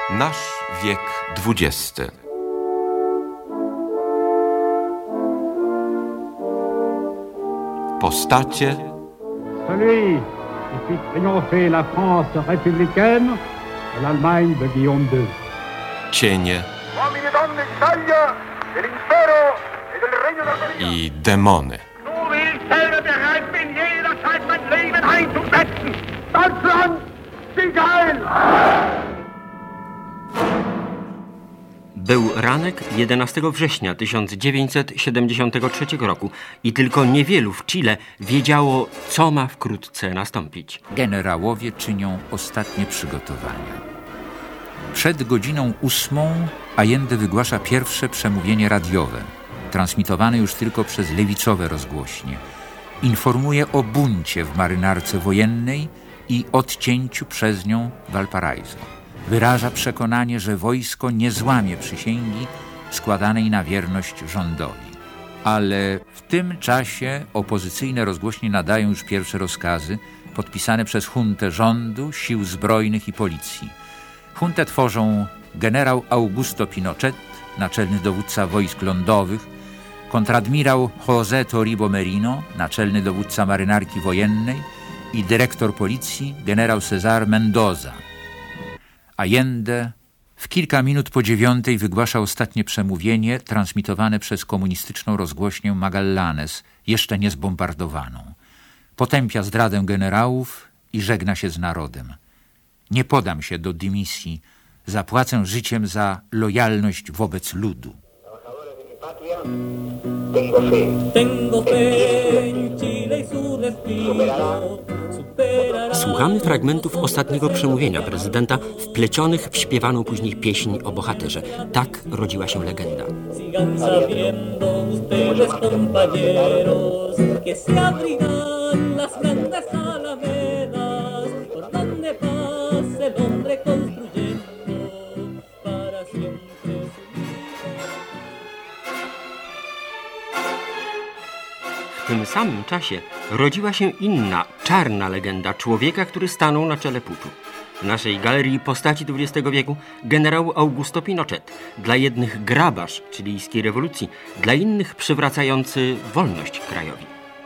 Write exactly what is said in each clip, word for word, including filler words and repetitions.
Nasz wiek dwudziesty. Postacie. Celui qui fit triompher la France républicaine de l'Allemagne de Guillaume deux. Cienie. I demony. Był ranek jedenastego września tysiąc dziewięćset siedemdziesiątego trzeciego roku i tylko niewielu w Chile wiedziało, co ma wkrótce nastąpić. Generałowie czynią ostatnie przygotowania. Przed godziną ósmą Allende wygłasza pierwsze przemówienie radiowe, transmitowane już tylko przez lewicowe rozgłośnie. Informuje o buncie w marynarce wojennej i odcięciu przez nią Valparaiso. Wyraża przekonanie, że wojsko nie złamie przysięgi składanej na wierność rządowi. Ale w tym czasie opozycyjne rozgłośnie nadają już pierwsze rozkazy podpisane przez juntę rządu, sił zbrojnych i policji. Juntę tworzą generał Augusto Pinochet, naczelny dowódca wojsk lądowych, kontradmirał José Toribio Merino, naczelny dowódca marynarki wojennej i dyrektor policji generał César Mendoza. Allende w kilka minut po dziewiątej wygłasza ostatnie przemówienie transmitowane przez komunistyczną rozgłośnię Magallanes, jeszcze nie zbombardowaną. Potępia zdradę generałów i żegna się z narodem. Nie podam się do dymisji, zapłacę życiem za lojalność wobec ludu. Słuchamy fragmentów ostatniego przemówienia prezydenta wplecionych w śpiewaną później pieśń o bohaterze. Tak rodziła się legenda. W tym samym czasie rodziła się inna, czarna legenda człowieka, który stanął na czele puczu. W naszej galerii postaci dwudziestego wieku generał Augusto Pinochet. Dla jednych grabarz chilijskiej rewolucji, dla innych przywracający wolność krajowi.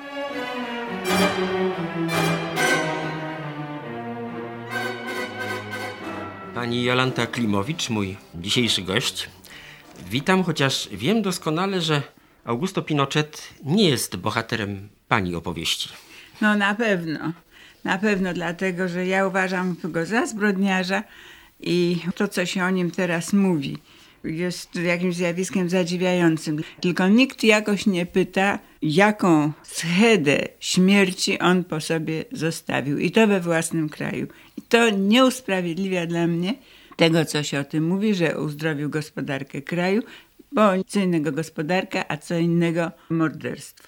Pani Jolanta Klimowicz, mój dzisiejszy gość. Witam, chociaż wiem doskonale, że Augusto Pinochet nie jest bohaterem pani opowieści. No na pewno. Na pewno dlatego, że ja uważam go za zbrodniarza i to, co się o nim teraz mówi, jest jakimś zjawiskiem zadziwiającym. Tylko nikt jakoś nie pyta, jaką schedę śmierci on po sobie zostawił. I to we własnym kraju. I to nie usprawiedliwia dla mnie tego, co się o tym mówi, że uzdrowił gospodarkę kraju, bo co innego gospodarka, a co innego morderstwo.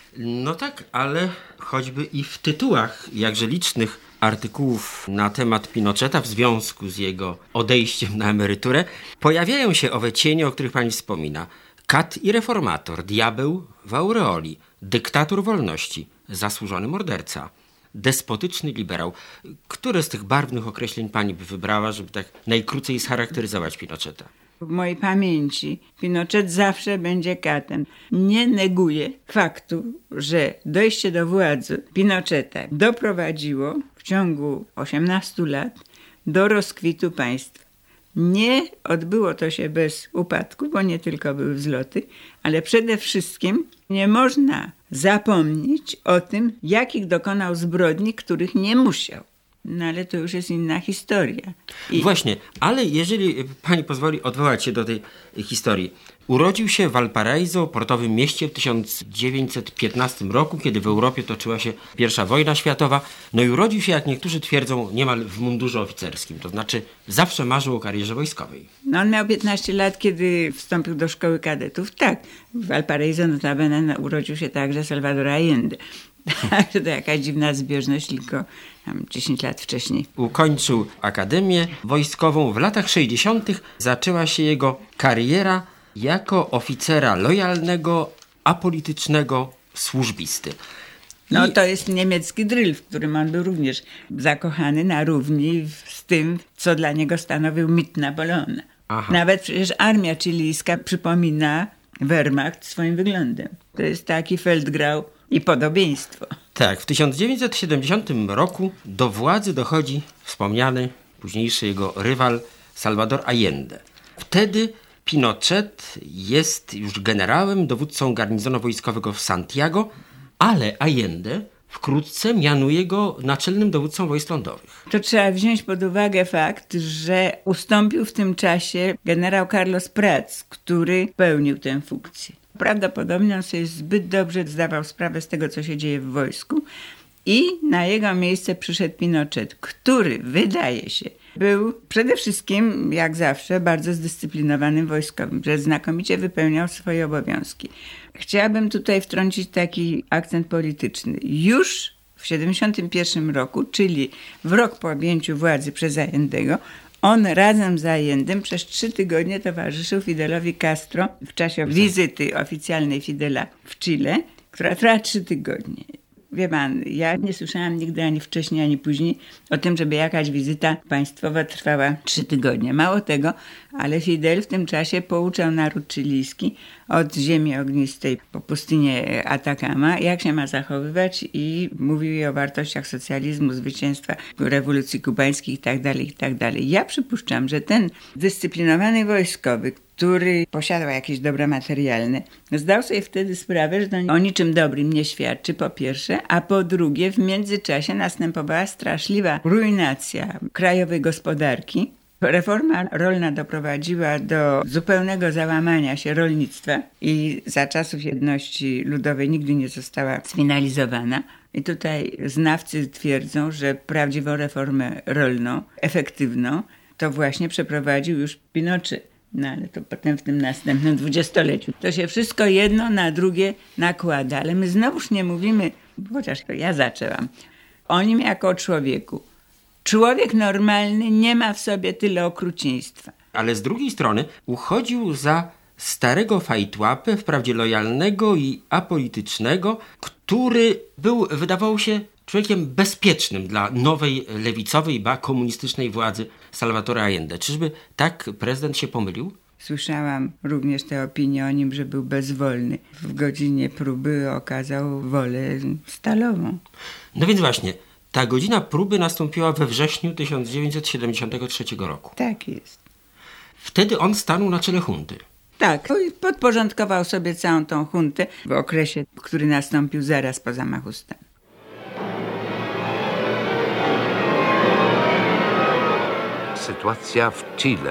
No tak, ale choćby i w tytułach jakże licznych artykułów na temat Pinocheta w związku z jego odejściem na emeryturę pojawiają się owe cienie, o których pani wspomina. Kat i reformator, diabeł w aureoli, dyktator wolności, zasłużony morderca, despotyczny liberał. Które z tych barwnych określeń pani by wybrała, żeby tak najkrócej scharakteryzować Pinocheta? W mojej pamięci Pinochet zawsze będzie katem. Nie neguję faktu, że dojście do władzy Pinocheta doprowadziło w ciągu osiemnastu lat do rozkwitu państwa. Nie odbyło to się bez upadku, bo nie tylko były wzloty, ale przede wszystkim nie można zapomnieć o tym, jakich dokonał zbrodni, których nie musiał. No ale to już jest inna historia. I... Właśnie, ale jeżeli pani pozwoli odwołać się do tej historii. Urodził się w Valparaiso, portowym mieście, w tysiąc dziewięćset piętnastym roku, kiedy w Europie toczyła się pierwsza wojna światowa. No i urodził się, jak niektórzy twierdzą, niemal w mundurze oficerskim. To znaczy zawsze marzył o karierze wojskowej. No on miał piętnaście lat, kiedy wstąpił do szkoły kadetów. Tak, w Valparaiso notabene urodził się także Salvador Allende. Także to jakaś dziwna zbieżność, tylko tam dziesięć lat wcześniej. Ukończył akademię wojskową. W latach sześćdziesiątych zaczęła się jego kariera jako oficera lojalnego, apolitycznego służbisty. No I... to jest niemiecki drill, w którym on był również zakochany na równi z tym, co dla niego stanowił mit Napoleona. Aha. Nawet przecież armia chilijska przypomina Wehrmacht swoim wyglądem. To jest taki Feldgrau i podobieństwo. Tak, w tysiąc dziewięćset siedemdziesiątym roku do władzy dochodzi wspomniany późniejszy jego rywal Salvador Allende. Wtedy Pinochet jest już generałem, dowódcą garnizonu wojskowego w Santiago, ale Allende wkrótce mianuje go naczelnym dowódcą wojsk lądowych. To trzeba wziąć pod uwagę fakt, że ustąpił w tym czasie generał Carlos Prats, który pełnił tę funkcję. Prawdopodobnie on sobie zbyt dobrze zdawał sprawę z tego, co się dzieje w wojsku i na jego miejsce przyszedł Pinochet, który, wydaje się, był przede wszystkim, jak zawsze, bardzo zdyscyplinowanym wojskowym, że znakomicie wypełniał swoje obowiązki. Chciałabym tutaj wtrącić taki akcent polityczny. Już w tysiąc dziewięćset siedemdziesiątym pierwszym roku, czyli w rok po objęciu władzy przez Allendego, on razem z Allendem przez trzy tygodnie towarzyszył Fidelowi Castro w czasie wizyty oficjalnej Fidela w Chile, która trwała trzy tygodnie. Wie pan, ja nie słyszałam nigdy ani wcześniej, ani później o tym, żeby jakaś wizyta państwowa trwała trzy tygodnie. Mało tego, ale Fidel w tym czasie pouczał naród chilijski od ziemi ognistej po pustynię Atacama, jak się ma zachowywać i mówił jej o wartościach socjalizmu, zwycięstwa rewolucji kubańskiej itd., itd. Ja przypuszczam, że ten dyscyplinowany wojskowy, który posiadał jakieś dobra materialne, zdał sobie wtedy sprawę, że to o niczym dobrym nie świadczy, po pierwsze, a po drugie w międzyczasie następowała straszliwa ruinacja krajowej gospodarki. Reforma rolna doprowadziła do zupełnego załamania się rolnictwa i za czasów jedności ludowej nigdy nie została sfinalizowana. I tutaj znawcy twierdzą, że prawdziwą reformę rolną, efektywną, to właśnie przeprowadził już Pinochet. No ale to potem w tym następnym dwudziestoleciu. To się wszystko jedno na drugie nakłada, ale my znowuż nie mówimy, chociaż ja zaczęłam, o nim jako o człowieku. Człowiek normalny nie ma w sobie tyle okrucieństwa. Ale z drugiej strony uchodził za starego fajtłapę, wprawdzie lojalnego i apolitycznego, który był, wydawało się, człowiekiem bezpiecznym dla nowej lewicowej, ba komunistycznej władzy Salvadora Allende. Czyżby tak prezydent się pomylił? Słyszałam również te opinie o nim, że był bezwolny. W godzinie próby okazał wolę stalową. No więc właśnie, ta godzina próby nastąpiła we wrześniu tysiąc dziewięćset siedemdziesiątego trzeciego roku. Tak jest. Wtedy on stanął na czele hunty. Tak, podporządkował sobie całą tą huntę w okresie, który nastąpił zaraz po zamachu stanu. Sytuacja w Chile.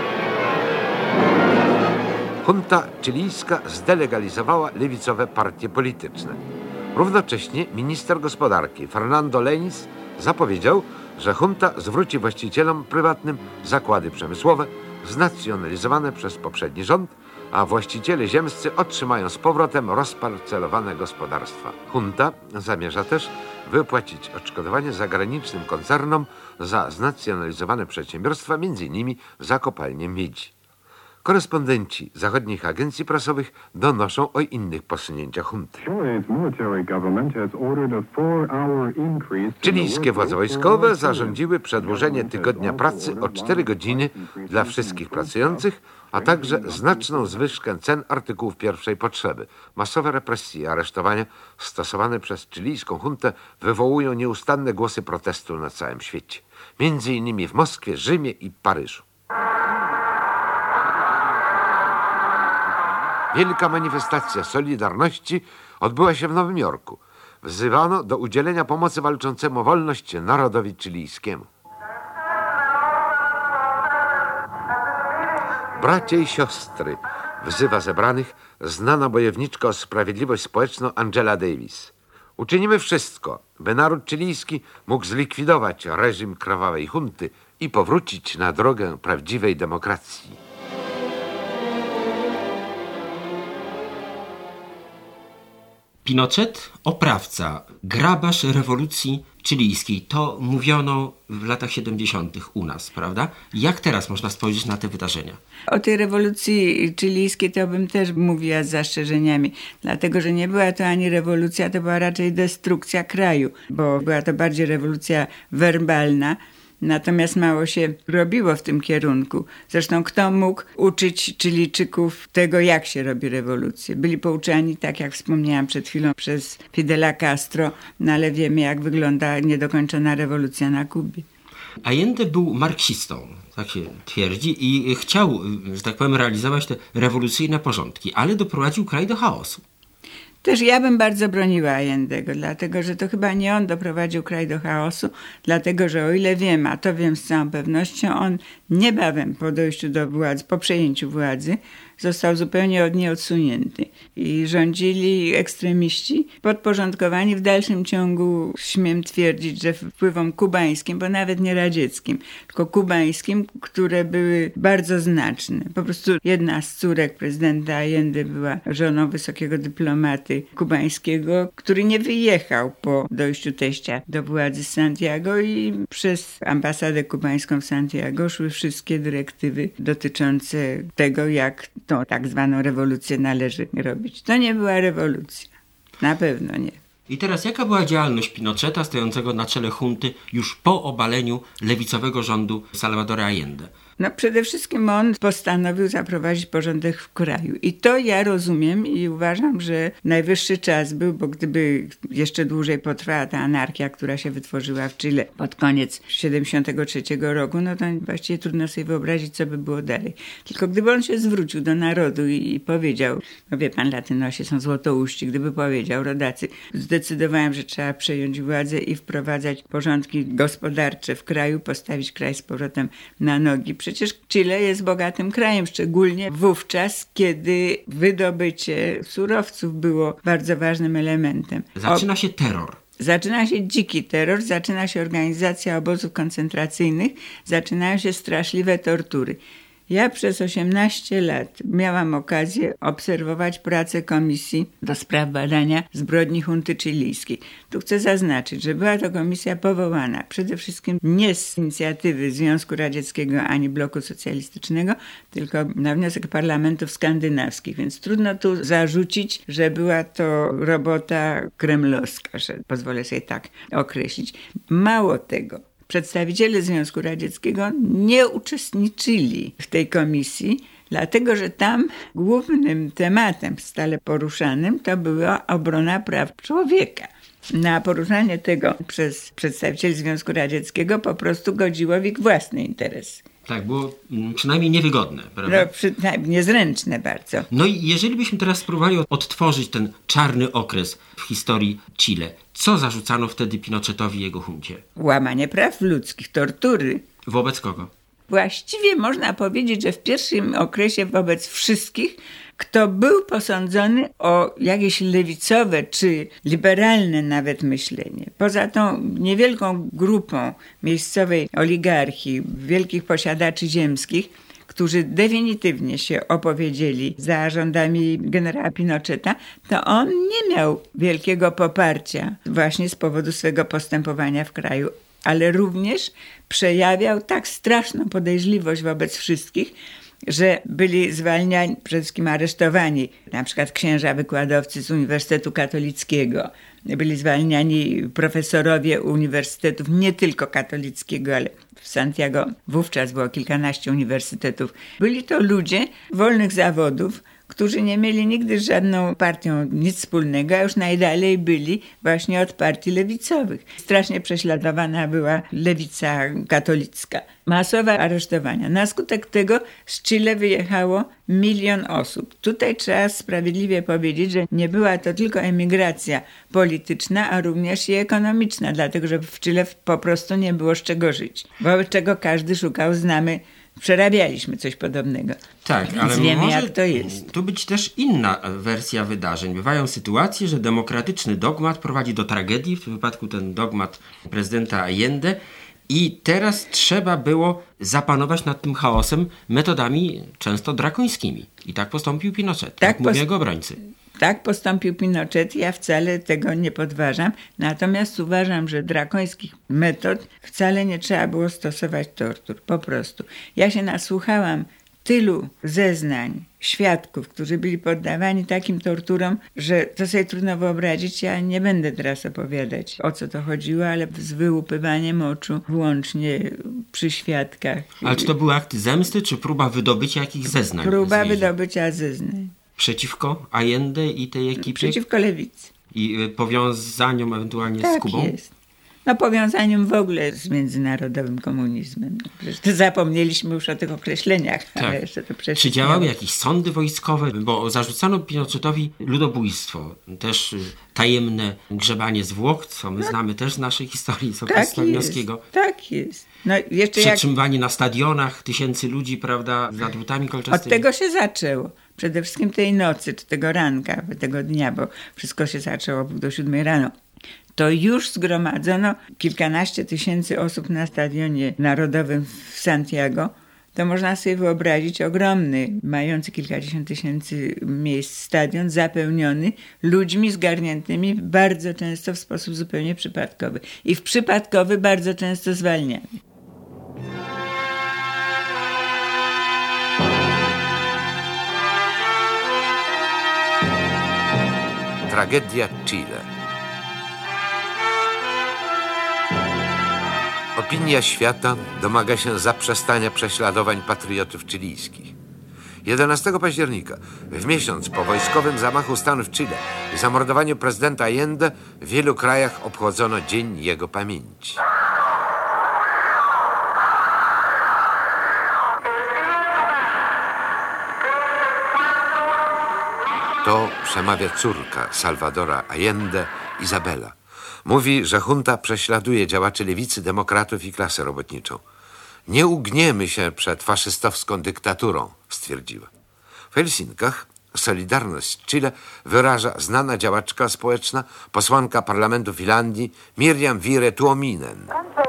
Junta chilijska zdelegalizowała lewicowe partie polityczne. Równocześnie minister gospodarki Fernando Lenis zapowiedział, że junta zwróci właścicielom prywatnym zakłady przemysłowe znacjonalizowane przez poprzedni rząd, a właściciele ziemscy otrzymają z powrotem rozparcelowane gospodarstwa. Junta zamierza też wypłacić odszkodowanie zagranicznym koncernom za znacjonalizowane przedsiębiorstwa, między innymi za kopalnię miedzi. Korespondenci zachodnich agencji prasowych donoszą o innych posunięciach junty. Chilijskie władze wojskowe zarządziły przedłużenie tygodnia pracy o cztery godziny dla wszystkich pracujących, a także znaczną zwyżkę cen artykułów pierwszej potrzeby. Masowe represje i aresztowania stosowane przez chilijską juntę wywołują nieustanne głosy protestu na całym świecie. Między innymi w Moskwie, Rzymie i Paryżu. Wielka manifestacja Solidarności odbyła się w Nowym Jorku. Wzywano do udzielenia pomocy walczącemu o wolność narodowi chilijskiemu. Bracia i siostry, wzywa zebranych znana bojowniczka o sprawiedliwość społeczną Angela Davis. Uczynimy wszystko, by naród chilijski mógł zlikwidować reżim krwawej junty i powrócić na drogę prawdziwej demokracji. Pinochet, oprawca, grabarz rewolucji chilijskiej. To mówiono w latach siedemdziesiątych u nas, prawda? Jak teraz można spojrzeć na te wydarzenia? O tej rewolucji chilijskiej to bym też mówiła z zastrzeżeniami, dlatego że nie była to ani rewolucja, to była raczej destrukcja kraju, bo była to bardziej rewolucja werbalna. Natomiast mało się robiło w tym kierunku. Zresztą kto mógł uczyć Chilijczyków tego, jak się robi rewolucję? Byli pouczani, tak jak wspomniałam przed chwilą, przez Fidela Castro, no ale wiemy, jak wygląda niedokończona rewolucja na Kubie. Allende był marksistą, tak się twierdzi, i chciał, że tak powiem, realizować te rewolucyjne porządki, ale doprowadził kraj do chaosu. Też ja bym bardzo broniła Allendego, dlatego że to chyba nie on doprowadził kraj do chaosu, dlatego że o ile wiem, a to wiem z całą pewnością, on niebawem po dojściu do władzy, po przejęciu władzy, został zupełnie od niej odsunięty. I rządzili ekstremiści podporządkowani w dalszym ciągu, śmiem twierdzić, że wpływom kubańskim, bo nawet nie radzieckim, tylko kubańskim, które były bardzo znaczne. Po prostu jedna z córek prezydenta Allende była żoną wysokiego dyplomaty kubańskiego, który nie wyjechał po dojściu teścia do władzy z Santiago i przez ambasadę kubańską w Santiago szły wszystkie dyrektywy dotyczące tego, jak tą tak zwaną rewolucję należy robić. To nie była rewolucja. Na pewno nie. I teraz jaka była działalność Pinocheta stojącego na czele junty już po obaleniu lewicowego rządu Salvadora Allende? No przede wszystkim on postanowił zaprowadzić porządek w kraju. I to ja rozumiem i uważam, że najwyższy czas był, bo gdyby jeszcze dłużej potrwała ta anarchia, która się wytworzyła w Chile pod koniec siedemdziesiątego trzeciego roku, no to właściwie trudno sobie wyobrazić, co by było dalej. Tylko gdyby on się zwrócił do narodu i, i powiedział, no wie pan, Latynosi są złotouści, gdyby powiedział, rodacy, zdecydowałem, że trzeba przejąć władzę i wprowadzać porządki gospodarcze w kraju, postawić kraj z powrotem na nogi. Przecież Chile jest bogatym krajem, szczególnie wówczas, kiedy wydobycie surowców było bardzo ważnym elementem. Zaczyna się terror. Zaczyna się dziki terror, zaczyna się organizacja obozów koncentracyjnych, zaczynają się straszliwe tortury. Ja przez osiemnaście lat miałam okazję obserwować pracę komisji do spraw badania zbrodni junty chilijskiej. Tu chcę zaznaczyć, że była to komisja powołana przede wszystkim nie z inicjatywy Związku Radzieckiego ani bloku socjalistycznego, tylko na wniosek parlamentów skandynawskich, więc trudno tu zarzucić, że była to robota kremlowska, że pozwolę sobie tak określić. Mało tego. Przedstawiciele Związku Radzieckiego nie uczestniczyli w tej komisji, dlatego że tam głównym tematem stale poruszanym to była obrona praw człowieka. Na poruszanie tego przez przedstawicieli Związku Radzieckiego po prostu godziło w ich własny interes. Tak, było przynajmniej niewygodne, prawda? No, przynajmniej niezręczne bardzo. No i jeżeli byśmy teraz spróbowali odtworzyć ten czarny okres w historii Chile, co zarzucano wtedy Pinochetowi i jego juncie? Łamanie praw ludzkich, tortury. Wobec kogo? Właściwie można powiedzieć, że w pierwszym okresie wobec wszystkich, kto był posądzony o jakieś lewicowe czy liberalne nawet myślenie. Poza tą niewielką grupą miejscowej oligarchii, wielkich posiadaczy ziemskich, którzy definitywnie się opowiedzieli za rządami generała Pinocheta, to on nie miał wielkiego poparcia właśnie z powodu swego postępowania w kraju, ale również przejawiał tak straszną podejrzliwość wobec wszystkich, że byli zwalniani, przede wszystkim aresztowani, na przykład księża wykładowcy z Uniwersytetu Katolickiego, byli zwalniani profesorowie uniwersytetów, nie tylko katolickiego, ale w Santiago wówczas było kilkanaście uniwersytetów. Byli to ludzie wolnych zawodów, którzy nie mieli nigdy z żadną partią nic wspólnego, a już najdalej byli właśnie od partii lewicowych. Strasznie prześladowana była lewica katolicka. Masowe aresztowania. Na skutek tego z Chile wyjechało milion osób. Tutaj trzeba sprawiedliwie powiedzieć, że nie była to tylko emigracja polityczna, a również i ekonomiczna, dlatego że w Chile po prostu nie było z czego żyć. Wobec czego każdy szukał, znamy, przerabialiśmy coś podobnego. Tak, więc ale wiemy, może jak to jest. tu być też inna wersja wydarzeń. Bywają sytuacje, że demokratyczny dogmat prowadzi do tragedii, w tym wypadku ten dogmat prezydenta Allende, i teraz trzeba było zapanować nad tym chaosem metodami często drakońskimi. I tak postąpił Pinochet, tak, tak mówią jego obrońcy. Tak postąpił Pinochet, ja wcale tego nie podważam, natomiast uważam, że drakońskich metod wcale nie trzeba było stosować tortur, po prostu. Ja się nasłuchałam tylu zeznań świadków, którzy byli poddawani takim torturom, że to sobie trudno wyobrazić. Ja nie będę teraz opowiadać, o co to chodziło, ale z wyłupywaniem oczu włącznie przy świadkach. Ale czy to były akty zemsty, czy próba wydobycia jakichś zeznań? Próba wydobycia zeznań. Przeciwko Allende i tej ekipie? Przeciwko lewicy. I y, powiązaniom ewentualnie tak z Kubą? Tak jest. No powiązaniom w ogóle z międzynarodowym komunizmem. Przecież to zapomnieliśmy już o tych określeniach, tak. ale jeszcze to przecież. Czy działały jakieś sądy wojskowe? Bo zarzucano Pinochetowi ludobójstwo, też tajemne grzebanie zwłok, co my no, znamy też z naszej historii, z okresu stalinowskiego. Tak jest. No, jeszcze Przetrzymywanie jak... na stadionach tysięcy ludzi, prawda, za drutami kolczastymi. Od tego się zaczęło. Przede wszystkim tej nocy, czy tego ranka, tego dnia, bo wszystko się zaczęło do siódmej rano. To już zgromadzono kilkanaście tysięcy osób na Stadionie Narodowym w Santiago. To można sobie wyobrazić ogromny, mający kilkadziesiąt tysięcy miejsc stadion, zapełniony ludźmi zgarniętymi bardzo często w sposób zupełnie przypadkowy. I w przypadkowy bardzo często zwalniany. Tragedia Chile. Opinia świata domaga się zaprzestania prześladowań patriotów chilijskich. jedenastego października, w miesiąc po wojskowym zamachu stanu w Chile i zamordowaniu prezydenta Allende, w wielu krajach obchodzono Dzień jego pamięci. To przemawia córka Salvadora Allende, Izabela. Mówi, że junta prześladuje działaczy lewicy, demokratów i klasę robotniczą. Nie ugniemy się przed faszystowską dyktaturą, stwierdziła. W Helsinkach Solidarność Chile wyraża znana działaczka społeczna, posłanka parlamentu Finlandii Mirjam Vire Tuominen.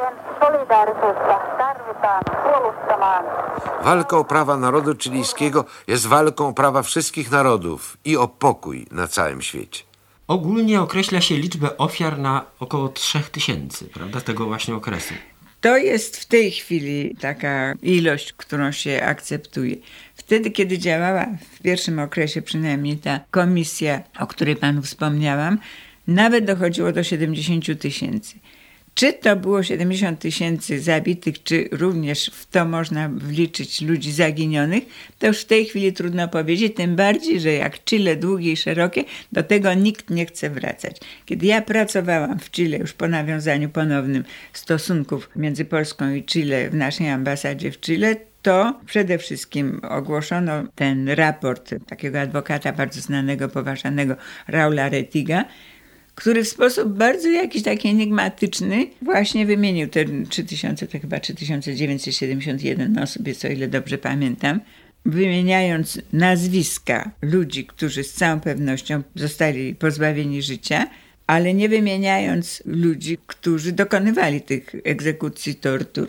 Walka o prawa narodu chilijskiego jest walką o prawa wszystkich narodów i o pokój na całym świecie. Ogólnie określa się liczbę ofiar na około trzech tysięcy, prawda, tego właśnie okresu. To jest w tej chwili taka ilość, którą się akceptuje. Wtedy, kiedy działała w pierwszym okresie przynajmniej ta komisja, o której panu wspomniałam, nawet dochodziło do siedemdziesięciu tysięcy. Czy to było siedemdziesiąt tysięcy zabitych, czy również w to można wliczyć ludzi zaginionych, to już w tej chwili trudno powiedzieć, tym bardziej, że jak Chile długie i szerokie, do tego nikt nie chce wracać. Kiedy ja pracowałam w Chile już po nawiązaniu ponownym stosunków między Polską i Chile w naszej ambasadzie w Chile, to przede wszystkim ogłoszono ten raport takiego adwokata bardzo znanego, poważanego Raula Retiga, który w sposób bardzo jakiś taki enigmatyczny właśnie wymienił te trzy tysiące, to chyba trzy tysiące dziewięćset siedemdziesiąt jeden osób, jest o ile dobrze pamiętam, wymieniając nazwiska ludzi, którzy z całą pewnością zostali pozbawieni życia, ale nie wymieniając ludzi, którzy dokonywali tych egzekucji, tortur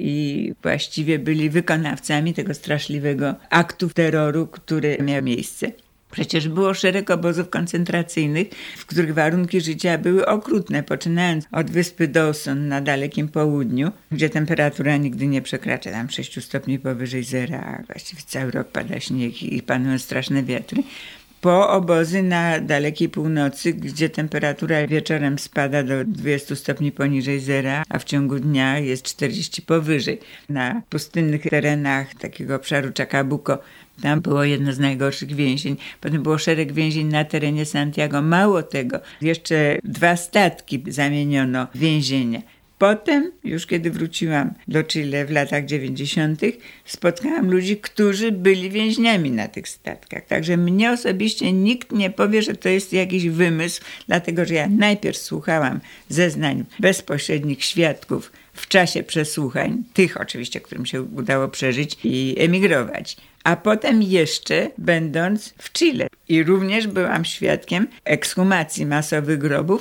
i właściwie byli wykonawcami tego straszliwego aktu terroru, który miał miejsce. Przecież było szereg obozów koncentracyjnych, w których warunki życia były okrutne, poczynając od wyspy Dawson na dalekim południu, gdzie temperatura nigdy nie przekracza tam sześciu stopni powyżej zera, a właściwie cały rok pada śnieg i panują straszne wiatry, po obozy na dalekiej północy, gdzie temperatura wieczorem spada do dwudziestu stopni poniżej zera, a w ciągu dnia jest czterdzieści powyżej. Na pustynnych terenach takiego obszaru Chacabuco tam było jedno z najgorszych więzień. Potem było szereg więzień na terenie Santiago. Mało tego, jeszcze dwa statki zamieniono w więzienia. Potem, już kiedy wróciłam do Chile w latach dziewięćdziesiątych, spotkałam ludzi, którzy byli więźniami na tych statkach. Także mnie osobiście nikt nie powie, że to jest jakiś wymysł, dlatego że ja najpierw słuchałam zeznań bezpośrednich świadków w czasie przesłuchań, tych oczywiście, którym się udało przeżyć i emigrować. A potem jeszcze będąc w Chile. I również byłam świadkiem ekshumacji masowych grobów,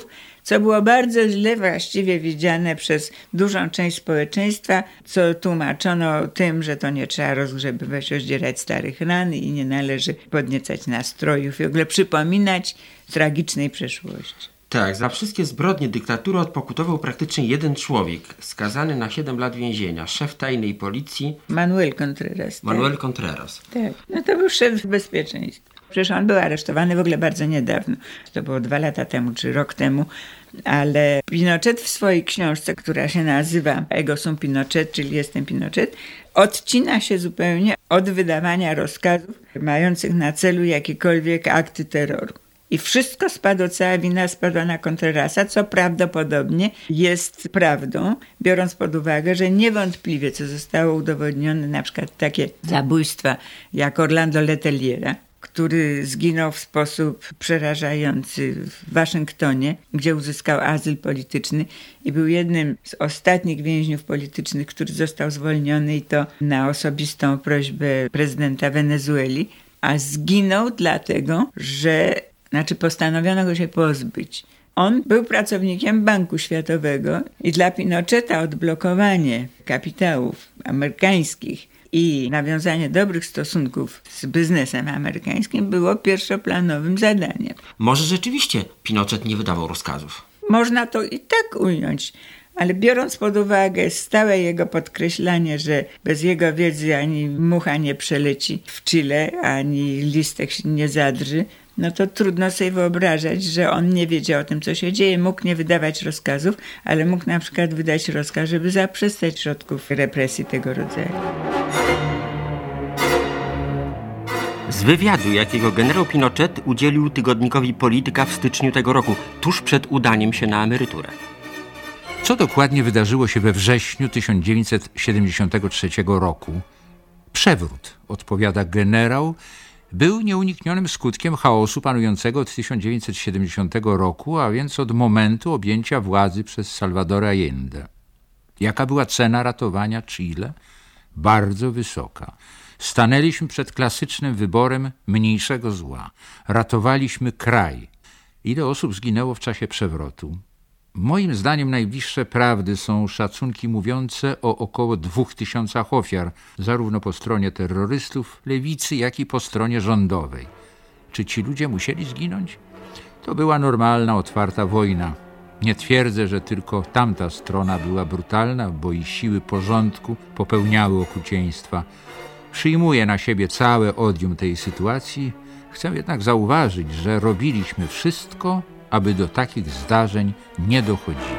co było bardzo źle właściwie widziane przez dużą część społeczeństwa, co tłumaczono tym, że to nie trzeba rozgrzebywać, rozdzierać starych ran i nie należy podniecać nastrojów i w ogóle przypominać tragicznej przeszłości. Tak, za wszystkie zbrodnie dyktatury odpokutował praktycznie jeden człowiek, skazany na siedem lat więzienia, szef tajnej policji Manuel Contreras. Manuel tak? Contreras. Tak, no to był szef bezpieczeństwa. Przecież on był aresztowany w ogóle bardzo niedawno. To było dwa lata temu, czy rok temu. Ale Pinochet w swojej książce, która się nazywa Ego sum Pinochet, czyli Jestem Pinochet, odcina się zupełnie od wydawania rozkazów mających na celu jakiekolwiek akty terroru. I wszystko spadło, cała wina spadła na Contrerasa, co prawdopodobnie jest prawdą, biorąc pod uwagę, że niewątpliwie, co zostało udowodnione, na przykład takie zabójstwa jak Orlando Leteliera, który zginął w sposób przerażający w Waszyngtonie, gdzie uzyskał azyl polityczny i był jednym z ostatnich więźniów politycznych, który został zwolniony i to na osobistą prośbę prezydenta Wenezueli, a zginął dlatego, że Znaczy postanowiono go się pozbyć. On był pracownikiem Banku Światowego i dla Pinocheta odblokowanie kapitałów amerykańskich i nawiązanie dobrych stosunków z biznesem amerykańskim było pierwszoplanowym zadaniem. Może rzeczywiście Pinochet nie wydawał rozkazów? Można to i tak ująć, ale biorąc pod uwagę stałe jego podkreślanie, że bez jego wiedzy ani mucha nie przeleci w Chile, ani listek się nie zadrzy, no to trudno sobie wyobrażać, że on nie wiedział o tym, co się dzieje. Mógł nie wydawać rozkazów, ale mógł na przykład wydać rozkaz, żeby zaprzestać środków represji tego rodzaju. Z wywiadu, jakiego generał Pinochet udzielił tygodnikowi Polityka w styczniu tego roku, tuż przed udaniem się na emeryturę. Co dokładnie wydarzyło się we wrześniu tysiąc dziewięćset siedemdziesiątego trzeciego roku? Przewrót, odpowiada generał, był nieuniknionym skutkiem chaosu panującego od tysiąc dziewięćset siedemdziesiątego roku, a więc od momentu objęcia władzy przez Salvadora Allende. Jaka była cena ratowania Chile? Bardzo wysoka. Stanęliśmy przed klasycznym wyborem mniejszego zła. Ratowaliśmy kraj. Ile osób zginęło w czasie przewrotu? Moim zdaniem najbliższe prawdy są szacunki mówiące o około dwóch tysiącach ofiar, zarówno po stronie terrorystów, lewicy, jak i po stronie rządowej. Czy ci ludzie musieli zginąć? To była normalna, otwarta wojna. Nie twierdzę, że tylko tamta strona była brutalna, bo i siły porządku popełniały okrucieństwa. Przyjmuję na siebie całe odium tej sytuacji. Chcę jednak zauważyć, że robiliśmy wszystko, aby do takich zdarzeń nie dochodziło.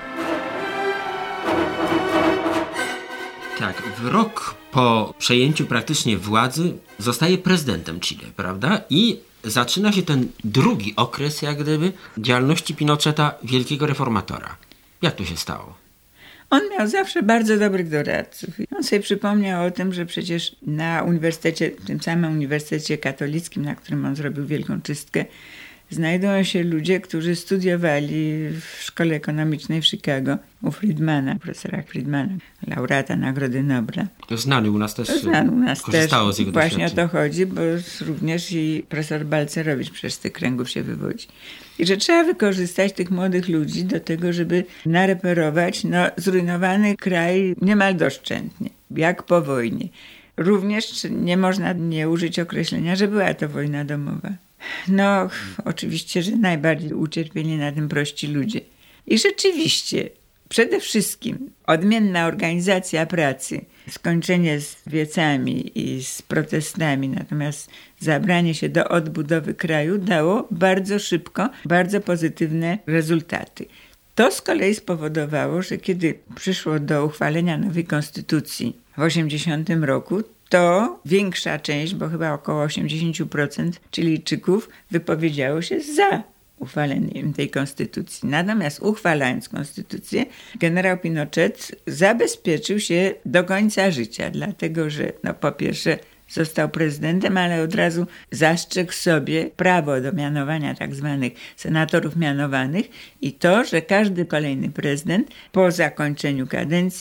Tak, w rok po przejęciu praktycznie władzy zostaje prezydentem Chile, prawda? I zaczyna się ten drugi okres, jak gdyby, działalności Pinocheta, wielkiego reformatora. Jak to się stało? On miał zawsze bardzo dobrych doradców. On sobie przypomniał o tym, że przecież na uniwersytecie, tym samym uniwersytecie katolickim, na którym on zrobił wielką czystkę, znajdują się ludzie, którzy studiowali w szkole ekonomicznej w Chicago u Friedmana, profesora Friedmana, laureata Nagrody Nobla. To znany u nas też, znany u nas korzystało też. z jego Właśnie doświadczeń. o to chodzi, bo również i profesor Balcerowicz przecież z tych kręgów się wywodzi. I że trzeba wykorzystać tych młodych ludzi do tego, żeby nareperować no, zrujnowany kraj niemal doszczętnie, jak po wojnie. Również nie można nie użyć określenia, że była to wojna domowa. No, oczywiście, że najbardziej ucierpieli na tym prości ludzie. I rzeczywiście, przede wszystkim odmienna organizacja pracy, skończenie z wiecami i z protestami, natomiast zabranie się do odbudowy kraju dało bardzo szybko, bardzo pozytywne rezultaty. To z kolei spowodowało, że kiedy przyszło do uchwalenia nowej konstytucji w osiemdziesiątym roku, to większa część, bo chyba około osiemdziesiąt procent Chilijczyków wypowiedziało się za uchwaleniem tej konstytucji. Natomiast uchwalając konstytucję, generał Pinochet zabezpieczył się do końca życia, dlatego że no, po pierwsze został prezydentem, ale od razu zastrzegł sobie prawo do mianowania tak zwanych senatorów mianowanych i to, że każdy kolejny prezydent po zakończeniu kadencji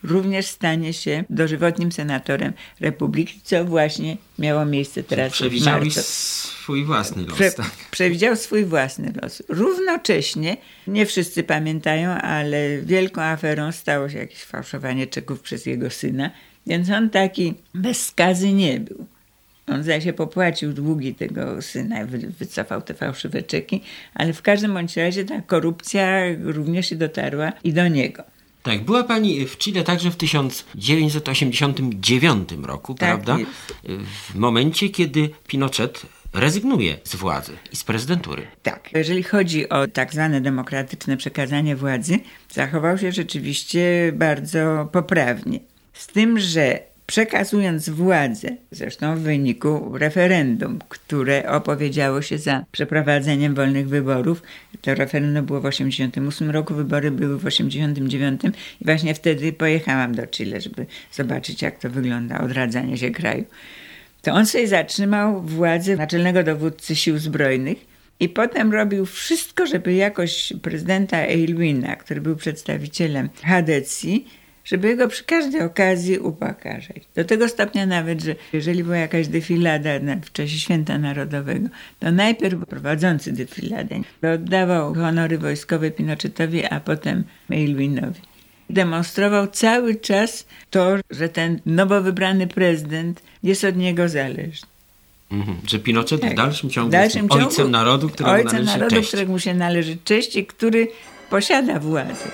również stanie się dożywotnim senatorem Republiki, co właśnie miało miejsce teraz Przewidział w marcu. swój własny los. Prze- tak? Przewidział swój własny los. Równocześnie, nie wszyscy pamiętają, ale wielką aferą stało się jakieś fałszowanie czeków przez jego syna, więc on taki bez skazy nie był. On zdaje się popłacił długi tego syna, wy- wycofał te fałszywe czeki, ale w każdym bądź razie ta korupcja również się dotarła i do niego. Tak, była pani w Chile także w tysiąc dziewięćset osiemdziesiątym dziewiątym roku, Tak prawda? jest. W momencie, kiedy Pinochet rezygnuje z władzy i z prezydentury. Tak, jeżeli chodzi o tak zwane demokratyczne przekazanie władzy, zachował się rzeczywiście bardzo poprawnie. Z tym, że przekazując władzę, zresztą w wyniku referendum, które opowiedziało się za przeprowadzeniem wolnych wyborów, to referendum było w osiemdziesiątym ósmym roku, wybory były w osiemdziesiątym dziewiątym i właśnie wtedy pojechałam do Chile, żeby zobaczyć, jak to wygląda, odradzanie się kraju. To on sobie zatrzymał władzę naczelnego dowódcy sił zbrojnych i potem robił wszystko, żeby jakoś prezydenta Aylwina, który był przedstawicielem Hadecji, żeby go przy każdej okazji upokarzać. Do tego stopnia nawet, że jeżeli była jakaś defilada w czasie Święta Narodowego, to najpierw prowadzący defiladę oddawał honory wojskowe Pinochetowi, a potem Aylwinowi. Demonstrował cały czas to, że ten nowo wybrany prezydent jest od niego zależny. Mhm. Że Pinochet Tak. w dalszym ciągu W dalszym jest ciągu ojcem narodu, któremu ojcem należy narodu, cześć. któremu się należy cześć i który posiada władzę.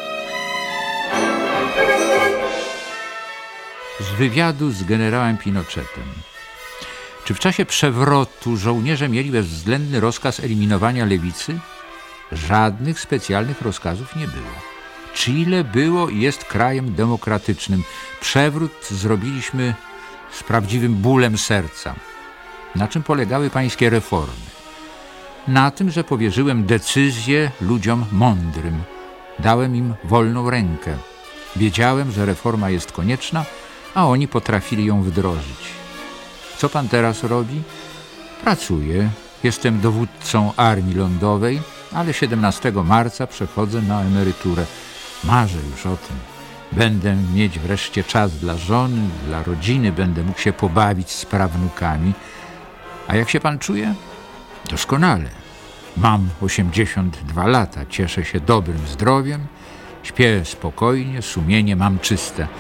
Z wywiadu z generałem Pinochetem. Czy w czasie przewrotu żołnierze mieli bezwzględny rozkaz eliminowania lewicy? Żadnych specjalnych rozkazów nie było. Chile było i jest krajem demokratycznym. Przewrót zrobiliśmy z prawdziwym bólem serca. Na czym polegały pańskie reformy? Na tym, że powierzyłem decyzję ludziom mądrym. Dałem im wolną rękę. Wiedziałem, że reforma jest konieczna, a oni potrafili ją wdrożyć. Co pan teraz robi? Pracuję. Jestem dowódcą armii lądowej, ale siedemnastego marca przechodzę na emeryturę. Marzę już o tym. Będę mieć wreszcie czas dla żony, dla rodziny, będę mógł się pobawić z prawnukami. A jak się pan czuje? Doskonale. Mam osiemdziesiąt dwa lata, cieszę się dobrym zdrowiem, śpię spokojnie, sumienie mam czyste.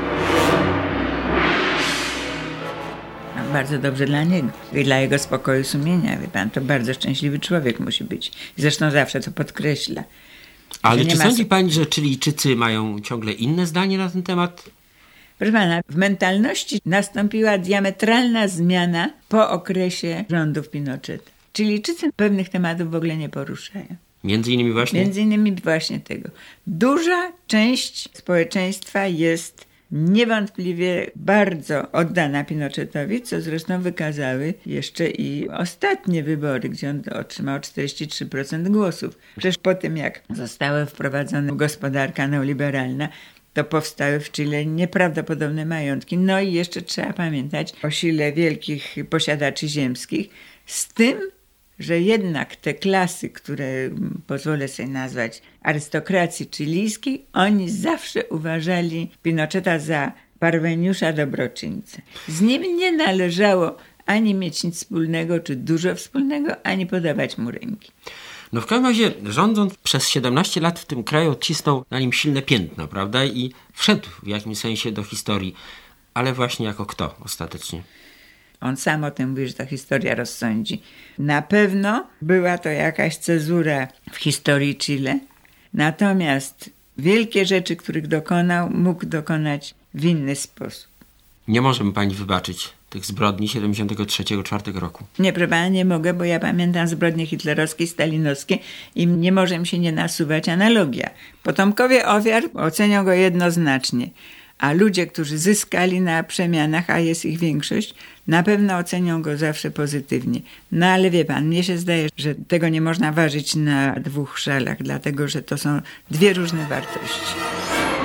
No, bardzo dobrze dla niego i dla jego spokoju sumienia. Wie pan, to bardzo szczęśliwy człowiek musi być. Zresztą zawsze to podkreśla. Ale nie czy ma sądzi s- pani, że Chilijczycy mają ciągle inne zdanie na ten temat? Proszę pana, w mentalności nastąpiła diametralna zmiana po okresie rządów Pinocheta. Chilijczycy pewnych tematów w ogóle nie poruszają. Między innymi właśnie... Między innymi właśnie tego. Duża część społeczeństwa jest niewątpliwie bardzo oddana Pinochetowi, co zresztą wykazały jeszcze i ostatnie wybory, gdzie on otrzymał czterdzieści trzy procent głosów. Przecież po tym, jak została wprowadzona gospodarka neoliberalna, to powstały w Chile nieprawdopodobne majątki. No i jeszcze trzeba pamiętać o sile wielkich posiadaczy ziemskich, z tym, że jednak te klasy, które pozwolę sobie nazwać arystokracji chilijskiej, oni zawsze uważali Pinocheta za parweniusza dobroczyńcę. Z nim nie należało ani mieć nic wspólnego, czy dużo wspólnego, ani podawać mu ręki. No w każdym razie, rządząc przez siedemnaście lat w tym kraju, odcisnął na nim silne piętno, prawda? I wszedł w jakimś sensie do historii. Ale właśnie jako kto ostatecznie? On sam o tym mówi, że ta historia rozsądzi. Na pewno była to jakaś cezura w historii Chile, natomiast wielkie rzeczy, których dokonał, mógł dokonać w inny sposób. Nie może mi pani wybaczyć tych zbrodni siedemdziesiątego trzeciego czwartego roku. Nie, proszę pana, nie mogę, bo ja pamiętam zbrodnie hitlerowskie, stalinowskie i nie może mi się nie nasuwać analogia. Potomkowie ofiar ocenią go jednoznacznie, a ludzie, którzy zyskali na przemianach, a jest ich większość, na pewno ocenią go zawsze pozytywnie. No ale wie pan, mnie się zdaje, że tego nie można ważyć na dwóch szalach, dlatego że to są dwie różne wartości.